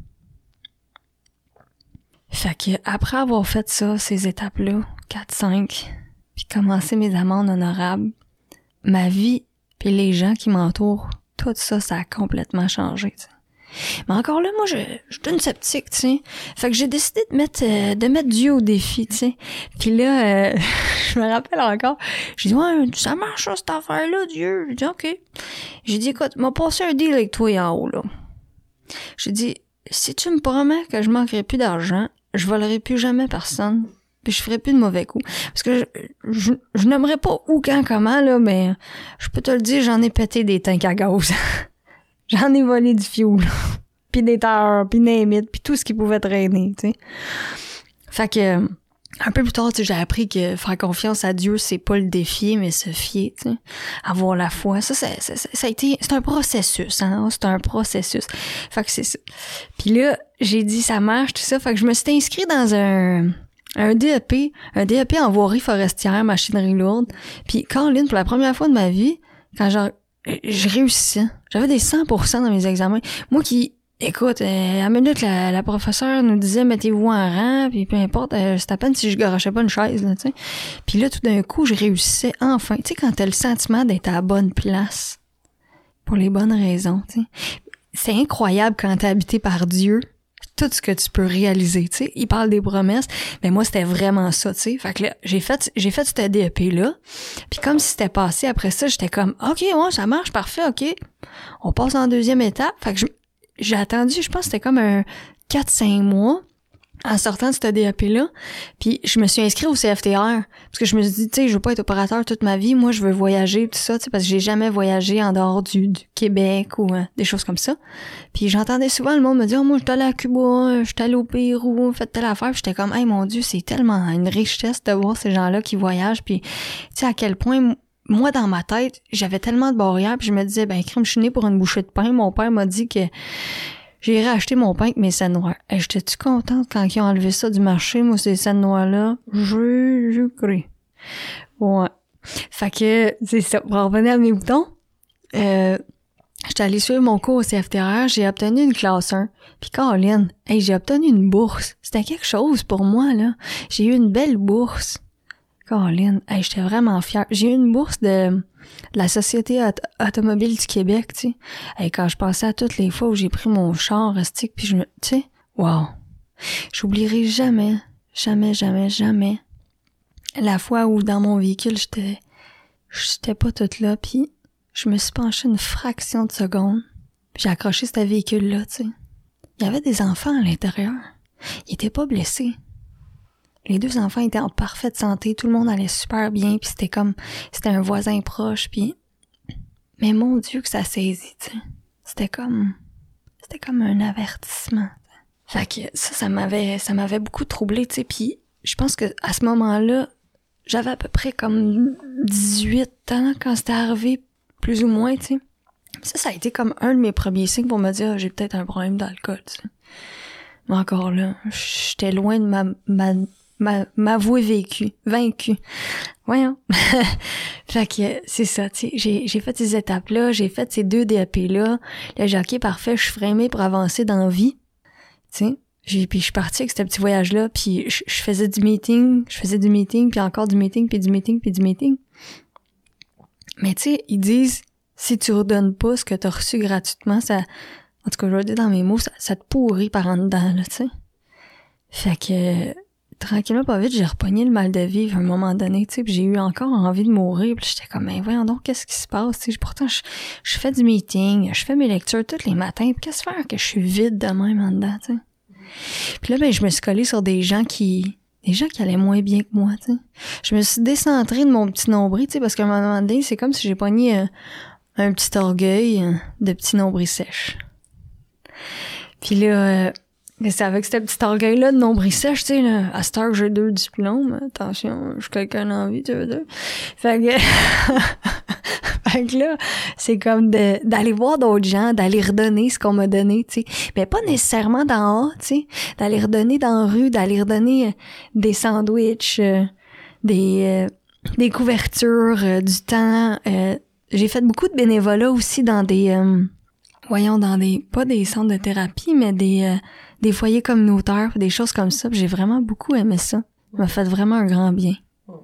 Fait que après avoir fait ça, ces étapes-là, quatre, cinq, puis commencer mes amendes honorables, ma vie puis les gens qui m'entourent, tout ça, ça a complètement changé, tu sais. Mais encore là, moi, je, je suis une sceptique, tu sais. Fait que j'ai décidé de mettre, euh, de mettre Dieu au défi, tu sais. Puis là, euh, je me rappelle encore, j'ai dit, ouais, ça marche, ça, cette affaire-là, Dieu. J'ai dit, OK. J'ai dit, écoute, m'a passé un deal avec toi en haut, là. J'ai dit, si tu me promets que je manquerai plus d'argent, je volerai plus jamais personne. Puis je ferai plus de mauvais coups. Parce que je, je, je n'aimerais pas où, quand, comment, là, mais je peux te le dire, j'en ai pété des tanks à gaz. J'en ai volé du fioul. Puis des terres, puis des mythes, puis tout ce qui pouvait traîner, tu sais. Fait que, un peu plus tard, tu sais, j'ai appris que faire confiance à Dieu, c'est pas le défier, mais se fier, tu sais. Avoir la foi. Ça, ça, ça, ça a été, c'est un processus, hein. C'est un processus. Fait que c'est ça. Puis là, j'ai dit, ça marche, tout ça. Fait que je me suis inscrite dans un... un D E P, un D E P en voirie forestière, machinerie lourde. Puis Caroline, pour la première fois de ma vie, quand genre, je réussissais, j'avais des cent pour cent dans mes examens. Moi qui, écoute, euh, à la minute, la, la professeure nous disait mettez-vous en rang, puis peu importe, euh, c'est à peine si je garochais pas une chaise, là, tu sais. Puis là, tout d'un coup, je réussissais enfin. Tu sais, quand t'as le sentiment d'être à la bonne place, pour les bonnes raisons, tu sais. C'est incroyable quand t'es habité par Dieu, tout ce que tu peux réaliser, tu sais. Il parle des promesses, mais moi, c'était vraiment ça, tu sais. Fait que là, j'ai fait, j'ai fait ce D E P-là, puis comme si c'était passé après ça, j'étais comme, OK, ouais, ça marche, parfait, OK. On passe en deuxième étape. Fait que je, j'ai attendu, je pense que c'était comme un quatre cinq mois en sortant de ce D E P-là, puis je me suis inscrite au C F T R, parce que je me suis dit, tu sais, je veux pas être opérateur toute ma vie, moi, je veux voyager, tout ça, tu sais, parce que j'ai jamais voyagé en dehors du, du Québec ou euh, des choses comme ça. Puis j'entendais souvent le monde me dire, oh, moi, je suis allée à Cuba, je suis allée au Pérou, fait telle affaire, puis j'étais comme, hey, mon Dieu, c'est tellement une richesse de voir ces gens-là qui voyagent, puis tu sais, à quel point... Moi, dans ma tête, j'avais tellement de barrières, puis je me disais, ben, crime, je suis née pour une bouchée de pain. Mon père m'a dit que j'irais acheter mon pain avec mes scènes noires. Et j'étais-tu contente quand ils ont enlevé ça du marché, moi, ces scènes noires-là? Je, je crie. Ouais. Fait que, c'est ça. Pour revenir à mes boutons, euh, j'étais allée suivre mon cours au C F T R, j'ai obtenu une classe un. Puis Caroline, hey, j'ai obtenu une bourse. C'était quelque chose pour moi, là. J'ai eu une belle bourse. Colin, hey, j'étais vraiment fière. J'ai eu une bourse de, de la Société auto- automobile du Québec, tu sais. Hey, quand je pensais à toutes les fois où j'ai pris mon char rustique, puis je me... Tu sais, wow. J'oublierai jamais, jamais, jamais, jamais la fois où dans mon véhicule, j'étais... J'étais pas toute là, puis je me suis penchée une fraction de seconde, puis j'ai accroché ce véhicule-là, tu sais. Il y avait des enfants à l'intérieur. Ils étaient pas blessés. Les deux enfants étaient en parfaite santé, tout le monde allait super bien, puis c'était comme, c'était un voisin proche, puis... Mais mon Dieu que ça saisit, tu sais. C'était comme, c'était comme un avertissement. Fait que ça, ça m'avait, ça m'avait beaucoup troublé, tu sais, puis je pense que à ce moment-là, j'avais à peu près comme dix-huit ans quand c'était arrivé, plus ou moins, tu sais. Ça, ça a été comme un de mes premiers signes pour me dire, ah, j'ai peut-être un problème d'alcool, tu sais. Mais encore là, j'étais loin de ma, ma, ma, m'avouer vécu, vaincu. Voyons. Fait que c'est ça, tu sais. J'ai, j'ai fait ces étapes-là, j'ai fait ces deux D A P-là. Là, j'ai OK, parfait, je suis frémée pour avancer dans la vie. Tu sais. J'ai, puis je suis partie avec ce petit voyage-là, puis je, je faisais du meeting, je faisais du meeting, puis encore du meeting, puis du meeting, puis du meeting. Mais tu sais, ils disent, si tu redonnes pas ce que t'as reçu gratuitement, ça... En tout cas, je vais dire dans mes mots, ça, ça te pourrit par en dedans, là, tu sais. Fait que, tranquillement, pas vite, j'ai repogné le mal de vivre à un moment donné, tu sais, puis j'ai eu encore envie de mourir, puis j'étais comme, mais voyons donc, qu'est-ce qui se passe, tu sais. Pourtant, je, je fais du meeting, je fais mes lectures tous les matins, puis qu'est-ce que faire que je suis vide de même en dedans, tu sais. Puis là, ben, je me suis collée sur des gens qui... Des gens qui allaient moins bien que moi, tu sais. Je me suis décentrée de mon petit nombril, tu sais, parce qu'à un moment donné, c'est comme si j'ai pogné un, un petit orgueil de petit nombril sèche. Puis là, euh, c'est avec ce petit orgueil-là de nombril sèche, tu sais, là, à cette heure que j'ai deux diplômes, attention, je suis quelqu'un d'envie, tu veux dire. Fait que... fait que là, c'est comme de, d'aller voir d'autres gens, d'aller redonner ce qu'on m'a donné, tu sais. Mais pas nécessairement d'en haut, tu sais. D'aller redonner dans la rue, d'aller redonner euh, des sandwichs, euh, des, euh, des couvertures, euh, du temps. Euh, j'ai fait beaucoup de bénévolat aussi dans des... Euh, voyons, dans des, pas des centres de thérapie, mais des, euh, des foyers communautaires, des choses comme ça. J'ai vraiment beaucoup aimé ça. Ça m'a fait vraiment un grand bien.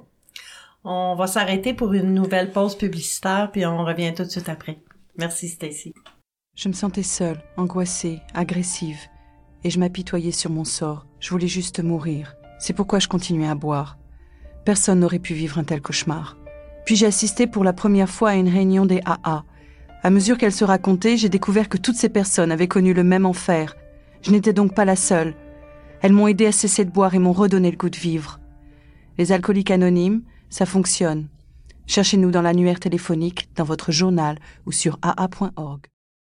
On va s'arrêter pour une nouvelle pause publicitaire, puis on revient tout de suite après. Merci, Stacy. Je me sentais seule, angoissée, agressive, et je m'apitoyais sur mon sort. Je voulais juste mourir. C'est pourquoi je continuais à boire. Personne n'aurait pu vivre un tel cauchemar. Puis j'ai assisté pour la première fois à une réunion des A A. À mesure qu'elle se racontait, j'ai découvert que toutes ces personnes avaient connu le même enfer. Je n'étais donc pas la seule. Elles m'ont aidé à cesser de boire et m'ont redonné le goût de vivre. Les alcooliques anonymes, ça fonctionne. Cherchez-nous dans l'annuaire téléphonique, dans votre journal ou sur a a point org.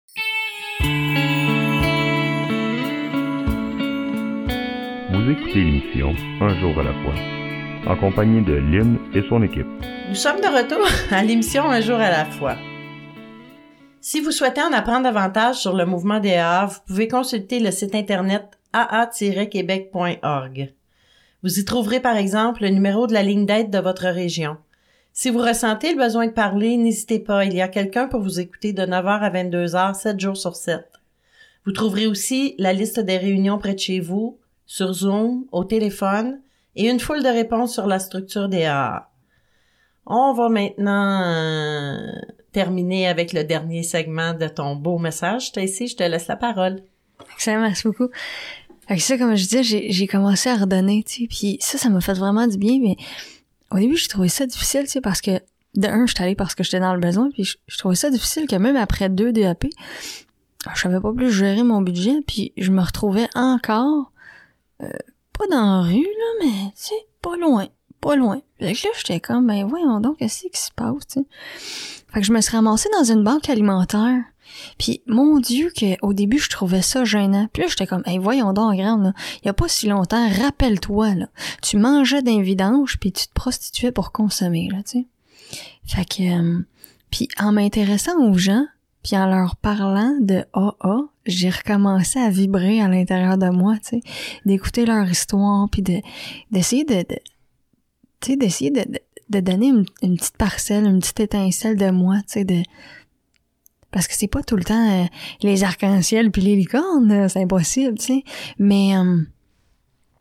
Vous écoutez l'émission Un jour à la fois, en compagnie de Lynn et son équipe. Nous sommes de retour à l'émission Un jour à la fois. Si vous souhaitez en apprendre davantage sur le mouvement des A A, vous pouvez consulter le site internet a a tiret québec point org. Vous y trouverez par exemple le numéro de la ligne d'aide de votre région. Si vous ressentez le besoin de parler, n'hésitez pas, il y a quelqu'un pour vous écouter de neuf heures à vingt-deux heures, sept jours sur sept. Vous trouverez aussi la liste des réunions près de chez vous, sur Zoom, au téléphone, et une foule de réponses sur la structure des A A. On va maintenant euh, terminer avec le dernier segment de ton beau message. Stacy, je te laisse la parole. Excellent, merci beaucoup. Fait que ça, comme je disais, j'ai, j'ai commencé à redonner, tu sais, puis ça, ça m'a fait vraiment du bien, mais au début, j'ai trouvé ça difficile, tu sais, parce que, de un, j'étais allée parce que j'étais dans le besoin, puis je, je trouvais ça difficile que même après deux D A P, je savais pas plus gérer mon budget, puis je me retrouvais encore, euh, pas dans la rue, là, mais, tu sais, pas loin, pas loin. Fait que là, j'étais comme, ben voyons donc, qu'est-ce qui se passe, tu sais. Fait que je me suis ramassée dans une banque alimentaire. Puis mon Dieu que au début je trouvais ça gênant. Puis là j'étais comme hey, voyons donc grande là, il y a pas si longtemps, rappelle-toi là, tu mangeais d'un vidange puis tu te prostituais pour consommer là, tu sais. Fait que euh, puis en m'intéressant aux gens, puis en leur parlant de A A, j'ai recommencé à vibrer à l'intérieur de moi, tu sais, d'écouter leur histoire puis de d'essayer de, de tu sais d'essayer de, de de donner une, une petite parcelle, une petite étincelle de moi, tu sais, de parce que c'est pas tout le temps euh, les arcs-en-ciel puis les licornes, là, c'est impossible, tu sais. Mais euh,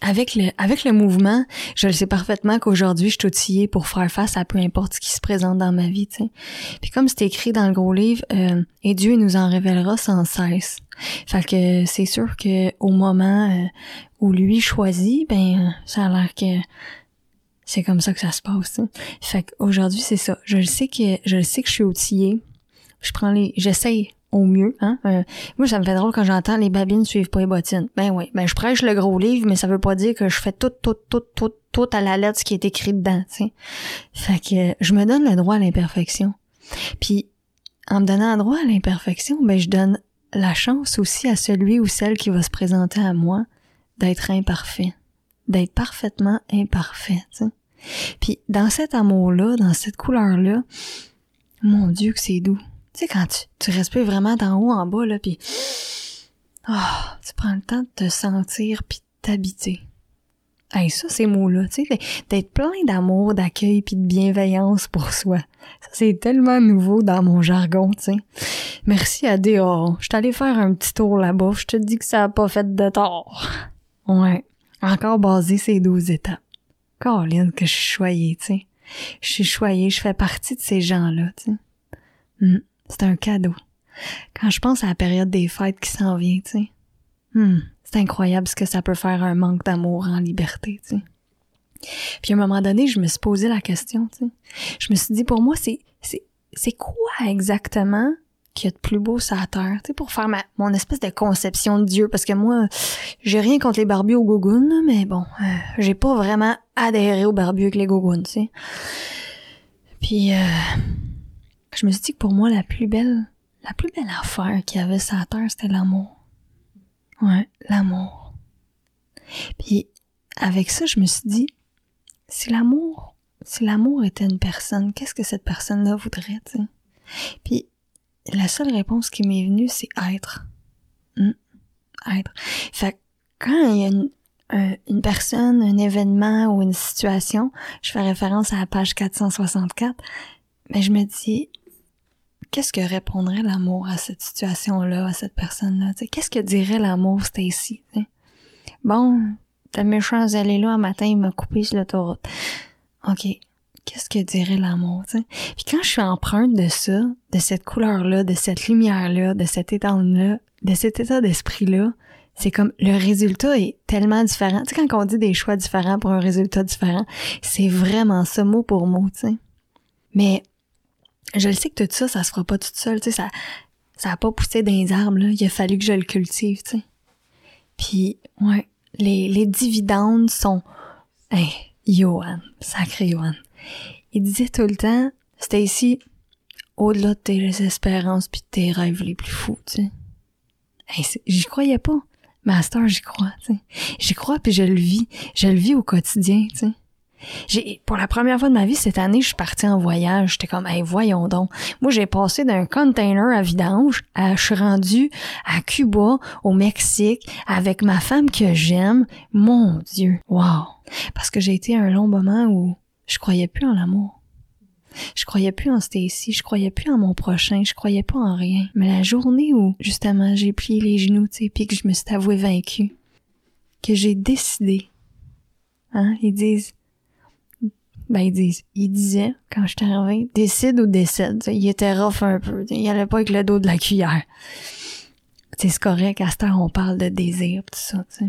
avec le avec le mouvement, je le sais parfaitement qu'aujourd'hui, je suis outillée pour faire face à peu importe ce qui se présente dans ma vie, tu sais. Puis comme c'est écrit dans le gros livre, euh, et Dieu nous en révélera sans cesse. Fait que c'est sûr que au moment euh, où lui choisit, ben ça a l'air que c'est comme ça que ça se passe, t'sais. Fait qu'aujourd'hui, c'est ça. Je le sais que je le sais que je suis outillée. Je prends les j'essaye au mieux, hein. Euh, moi, ça me fait drôle quand j'entends les babines suivent pas les bottines. Ben oui, ben je prêche le gros livre, mais ça veut pas dire que je fais tout, tout, tout, tout, tout à la lettre ce qui est écrit dedans, tu sais. Fait que je me donne le droit à l'imperfection. Puis, en me donnant le droit à l'imperfection, ben je donne la chance aussi à celui ou celle qui va se présenter à moi d'être imparfait, d'être parfaitement imparfait, tu sais. Puis, dans cet amour-là, dans cette couleur-là, mon Dieu que c'est doux. Tu sais, quand tu, tu respires vraiment d'en haut en bas, là, pis oh, tu prends le temps de te sentir pis de t'habiter. Hey, ça, ces mots-là, tu sais, d'être plein d'amour, d'accueil pis de bienveillance pour soi. Ça, c'est tellement nouveau dans mon jargon, tu sais. Merci à D A. Je suis allée faire un petit tour là-bas, je te dis que ça a pas fait de tort. Ouais. Encore basé ces douze étapes. Caroline, que je suis choyée, tu sais. Je suis choyée, je fais partie de ces gens-là, tu sais. Mm. C'est un cadeau. Quand je pense à la période des fêtes qui s'en vient, tu sais, hmm, c'est incroyable ce que ça peut faire un manque d'amour en liberté, tu sais. Puis à un moment donné, je me suis posé la question, tu sais. Je me suis dit, pour moi, c'est c'est c'est quoi exactement qu'il y a de plus beau sur la terre, tu sais, pour faire ma mon espèce de conception de Dieu, parce que moi, j'ai rien contre les barbues aux gougounes, mais bon, euh, j'ai pas vraiment adhéré aux barbues avec les gougounes, tu sais. Puis euh, je me suis dit que pour moi, la plus belle, la plus belle affaire qu'il y avait sur la terre, c'était l'amour. Ouais, l'amour. Puis, avec ça, je me suis dit, si l'amour, si l'amour était une personne, qu'est-ce que cette personne-là voudrait, tu sais? Puis, la seule réponse qui m'est venue, c'est être. Hum, être. Fait que quand il y a une, un, une personne, un événement ou une situation, je fais référence à la page quatre cent soixante-quatre, mais je me dis, qu'est-ce que répondrait l'amour à cette situation-là, à cette personne-là? T'sais, qu'est-ce que dirait l'amour, Stacy? T'sais? Bon, ta méchant allé-là, un matin, il m'a coupé sur l'autoroute. OK, qu'est-ce que dirait l'amour? T'sais? Puis quand je suis empreinte de ça, de cette couleur-là, de cette lumière-là, de cet état-là, de cet état d'esprit-là, c'est comme le résultat est tellement différent. Tu sais, quand on dit des choix différents pour un résultat différent, c'est vraiment ça, mot pour mot, tu sais. Mais je le sais que tout ça, ça se fera pas tout seul, tu sais, ça, ça a pas poussé dans les arbres, là. Il a fallu que je le cultive, tu sais. Puis, ouais, les, les dividendes sont, hey, Johan, sacré Johan. Il disait tout le temps, c'était ici, au-delà de tes espérances pis de tes rêves les plus fous, tu sais. Hey, j'y croyais pas. Mais à cette heure, j'y crois, tu sais. J'y crois puis je le vis. Je le vis au quotidien, tu sais. J'ai, pour la première fois de ma vie, cette année, je suis partie en voyage. J'étais comme, hey, voyons donc. Moi, j'ai passé d'un container à vidange à, je suis rendue à Cuba, au Mexique, avec ma femme que j'aime. Mon Dieu. Wow. Parce que j'ai été à un long moment où je croyais plus en l'amour. Je croyais plus en Stacy, je croyais plus en mon prochain, je croyais pas en rien. Mais la journée où, justement, j'ai plié les genoux, tu sais, puis que je me suis avouée vaincue, que j'ai décidé, hein, ils disent, ben ils disent, ils disaient, quand je suis arrivée, décide ou décède, tu sais, il était rough un peu, il allait pas avec le dos de la cuillère. Tu sais, c'est correct, à cette heure, on parle de désir, tout ça, tu sais.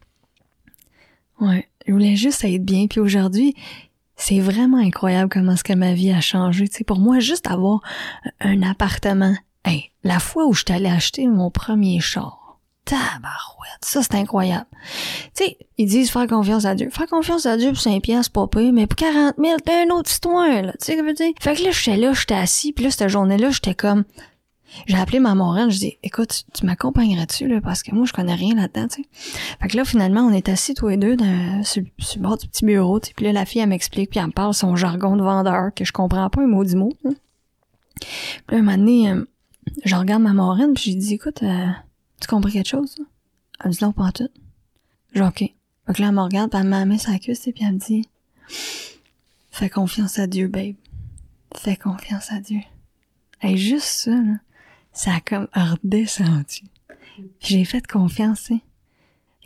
Ouais, je voulais juste être bien, puis aujourd'hui, c'est vraiment incroyable comment est-ce que ma vie a changé. Tu sais, pour moi, juste avoir un appartement. Hey, la fois où je suis allée acheter mon premier char. Tabarouette, ça c'est incroyable. Tu sais, ils disent faire confiance à Dieu. Faire confiance à Dieu pour cinq piastres, c'est pas pire, mais pour quarante mille, t'as une autre histoire, là. Tu sais ce que je veux dire? Fait que là, j'étais là, j'étais assis, puis là, cette journée-là, j'étais comme... J'ai appelé ma moraine, je dis, écoute, tu, tu m'accompagnerais-tu, là, parce que moi, je connais rien là-dedans, tu sais. Fait que là, finalement, on est assis tous les deux dans, sur, sur le bord du petit bureau, tu sais. Puis là, la fille, elle m'explique, puis elle me parle son jargon de vendeur, que je comprends pas un mot du mot, tu sais. Puis là, un moment donné, euh, je regarde ma moraine, puis j'ai dit, écoute, euh, tu comprends quelque chose, là? Elle me dit, non, pas en tout. J'ai OK. Fait que là, elle me regarde, puis elle m'a mis sa cuisse, tu sais, puis elle me dit, fais confiance à Dieu, babe. Fais confiance à Dieu. Et juste ça, là, ça a comme redescendu. Puis j'ai fait confiance, hein.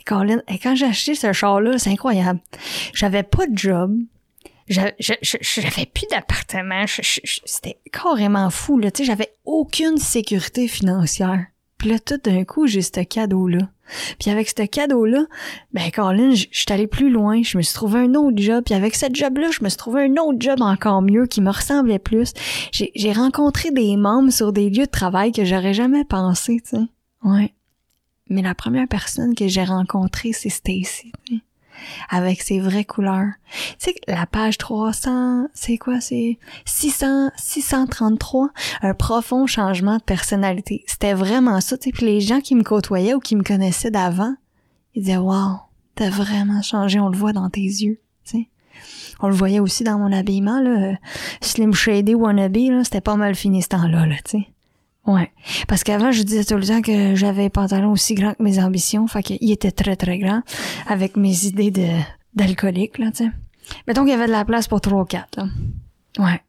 Colin, et quand j'ai acheté ce char-là, c'est incroyable. J'avais pas de job. J'avais, j'avais plus d'appartement. Je, je, je, c'était carrément fou, là. Tu sais, j'avais aucune sécurité financière. Puis là, tout d'un coup, j'ai ce cadeau-là. Puis avec ce cadeau-là, ben, Colin, je suis allée plus loin. Je me suis trouvé un autre job. Puis avec ce job-là, je me suis trouvé un autre job encore mieux qui me ressemblait plus. J'ai, j'ai rencontré des membres sur des lieux de travail que j'aurais jamais pensé, tu sais. Ouais. Mais la première personne que j'ai rencontrée, c'est Stacy, tu sais. Avec ses vraies couleurs. Tu sais, la page trois cents, c'est quoi? C'est six cents, six cent trente-trois, un profond changement de personnalité. C'était vraiment ça, tu sais. Puis les gens qui me côtoyaient ou qui me connaissaient d'avant, ils disaient « Wow, t'as vraiment changé, on le voit dans tes yeux. » Tu sais. On le voyait aussi dans mon habillement, là. Slim Shady wannabe, là, c'était pas mal fini ce temps-là, là, tu sais. Ouais. Parce qu'avant, je disais tout le temps que j'avais les pantalons aussi grands que mes ambitions. Fait qu'ils étaient très, très grands. Avec mes idées de, d'alcoolique, là, tu sais. Mettons qu'il y avait de la place pour trois ou quatre, là. Ouais.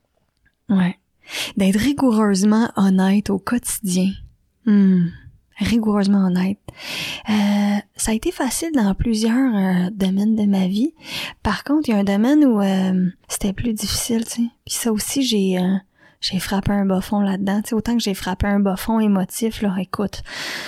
Ouais. D'être rigoureusement honnête au quotidien. Hum. Rigoureusement honnête. Euh, ça a été facile dans plusieurs euh, domaines de ma vie. Par contre, il y a un domaine où euh, c'était plus difficile, tu sais. Puis ça aussi, j'ai... Euh, J'ai frappé un bas fond là-dedans. Tu sais, autant que j'ai frappé un bas fond émotif, là, écoute,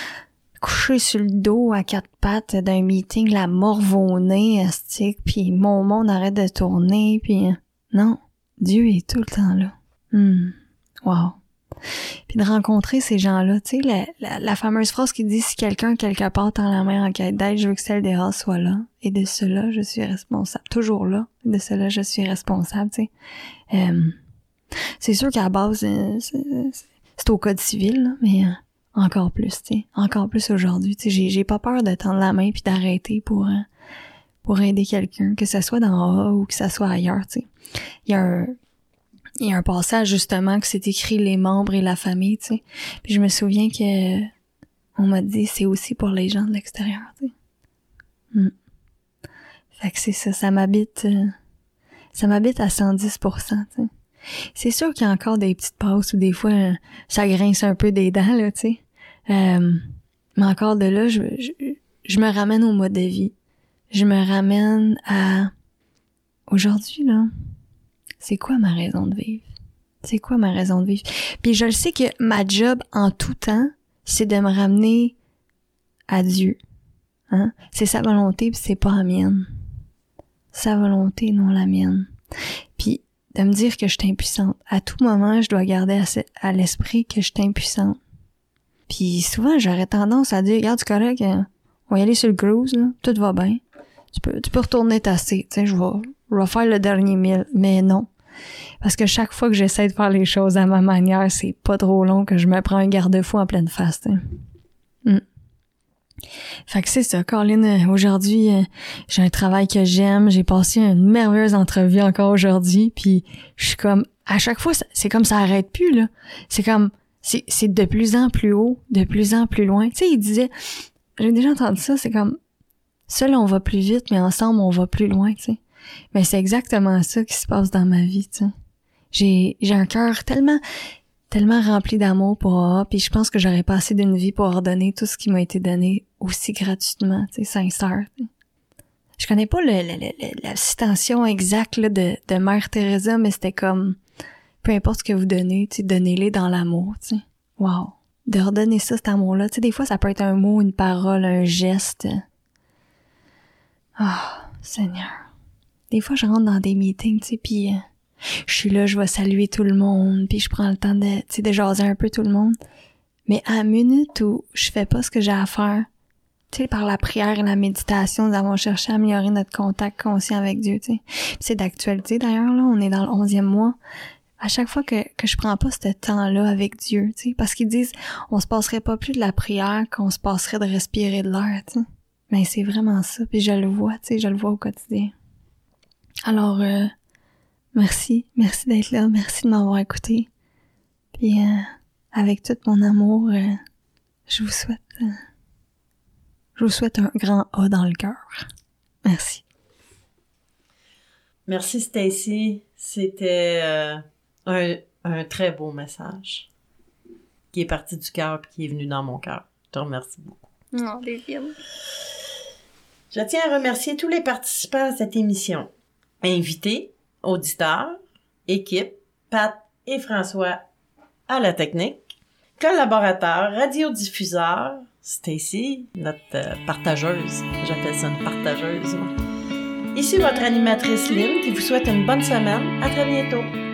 coucher sur le dos à quatre pattes d'un meeting, la morve au nez, astique, puis mon monde arrête de tourner, puis non, Dieu est tout le temps là. Hmm. Wow. Puis de rencontrer ces gens-là, tu sais, la, la, la fameuse phrase qui dit « Si quelqu'un quelque part tend la main en quête d'aide, je veux que celle des races soit là. Et de cela, je suis responsable. » Toujours là. Et de cela, je suis responsable, tu sais. Euh, C'est sûr qu'à la base, c'est, c'est, c'est au code civil, là, mais euh, encore plus, tu sais, encore plus aujourd'hui. Tu sais, j'ai, j'ai pas peur de tendre la main puis d'arrêter pour euh, pour aider quelqu'un, que ce soit dans A ou que ce soit ailleurs, tu sais. Il y a un il y a un passage justement que c'est écrit les membres et la famille, tu sais. Puis je me souviens que on m'a dit c'est aussi pour les gens de l'extérieur, tu sais. Mm. Fait que c'est ça, ça m'habite, euh, ça m'habite à cent dix pour cent, tu sais. C'est sûr qu'il y a encore des petites passes où des fois euh, ça grince un peu des dents, là, tu sais. Euh, mais encore de là, je, je, je me ramène au mode de vie. Je me ramène à aujourd'hui, là. C'est quoi ma raison de vivre? C'est quoi ma raison de vivre? Puis je le sais que ma job en tout temps, c'est de me ramener à Dieu. Hein? C'est sa volonté, puis c'est pas la mienne. Sa volonté, non la mienne. Puis de me dire que je suis impuissante. À tout moment, je dois garder à, à l'esprit que je suis impuissante. Puis souvent, j'aurais tendance à dire, regarde, c'est correct, on va y aller sur le cruise, là, tout va bien. Tu peux, tu peux retourner tasser, tu sais, je vais, je vais faire le dernier mille. Mais non. Parce que chaque fois que j'essaie de faire les choses à ma manière, c'est pas trop long que je me prends un garde-fou en pleine face, tu sais. Mm. Fait que c'est ça, Colin, aujourd'hui, euh, j'ai un travail que j'aime, j'ai passé une merveilleuse entrevue encore aujourd'hui, puis je suis comme, à chaque fois, c'est comme ça arrête plus, là. C'est comme, c'est, c'est de plus en plus haut, de plus en plus loin. Tu sais, il disait, j'ai déjà entendu ça, c'est comme, seul on va plus vite, mais ensemble on va plus loin, tu sais. Mais c'est exactement ça qui se passe dans ma vie, tu sais. J'ai, j'ai un cœur tellement... tellement rempli d'amour pour A A, puis je pense que j'aurais pas assez d'une vie pour redonner tout ce qui m'a été donné aussi gratuitement, tu sais, sincère. T'sais. Je connais pas le, le, le, la citation exacte là, de, de Mère Teresa, mais c'était comme, peu importe ce que vous donnez, tu sais, donnez-les dans l'amour, tu sais. Wow. De redonner ça, cet amour-là, tu sais, des fois, ça peut être un mot, une parole, un geste. Ah, oh, Seigneur. Des fois, je rentre dans des meetings, tu sais, puis... Euh, je suis là, je vais saluer tout le monde, puis je prends le temps de, tu sais, de jaser un peu tout le monde. Mais à la minute où je fais pas ce que j'ai à faire, tu sais, par la prière et la méditation, nous avons cherché à améliorer notre contact conscient avec Dieu, tu sais. Puis c'est d'actualité d'ailleurs, là, on est dans le onzième mois. À chaque fois que, que je prends pas ce temps-là avec Dieu, tu sais, parce qu'ils disent, on se passerait pas plus de la prière qu'on se passerait de respirer de l'air, tu sais. Mais c'est vraiment ça, puis je le vois, tu sais, je le vois au quotidien. Alors, euh, Merci, merci d'être là, merci de m'avoir écouté. Puis euh, avec tout mon amour, euh, je vous souhaite, euh, je vous souhaite un grand A dans le cœur. Merci. Merci Stacy, c'était euh, un, un très beau message qui est parti du cœur et qui est venu dans mon cœur. Je te remercie beaucoup. Non, David. Je tiens à remercier tous les participants à cette émission. Invités, auditeurs, équipe, Pat et François à la technique, collaborateurs, radiodiffuseurs, Stacy, notre euh, partageuse, j'appelle ça une partageuse. Moi. Ici votre animatrice Lynn qui vous souhaite une bonne semaine. À très bientôt.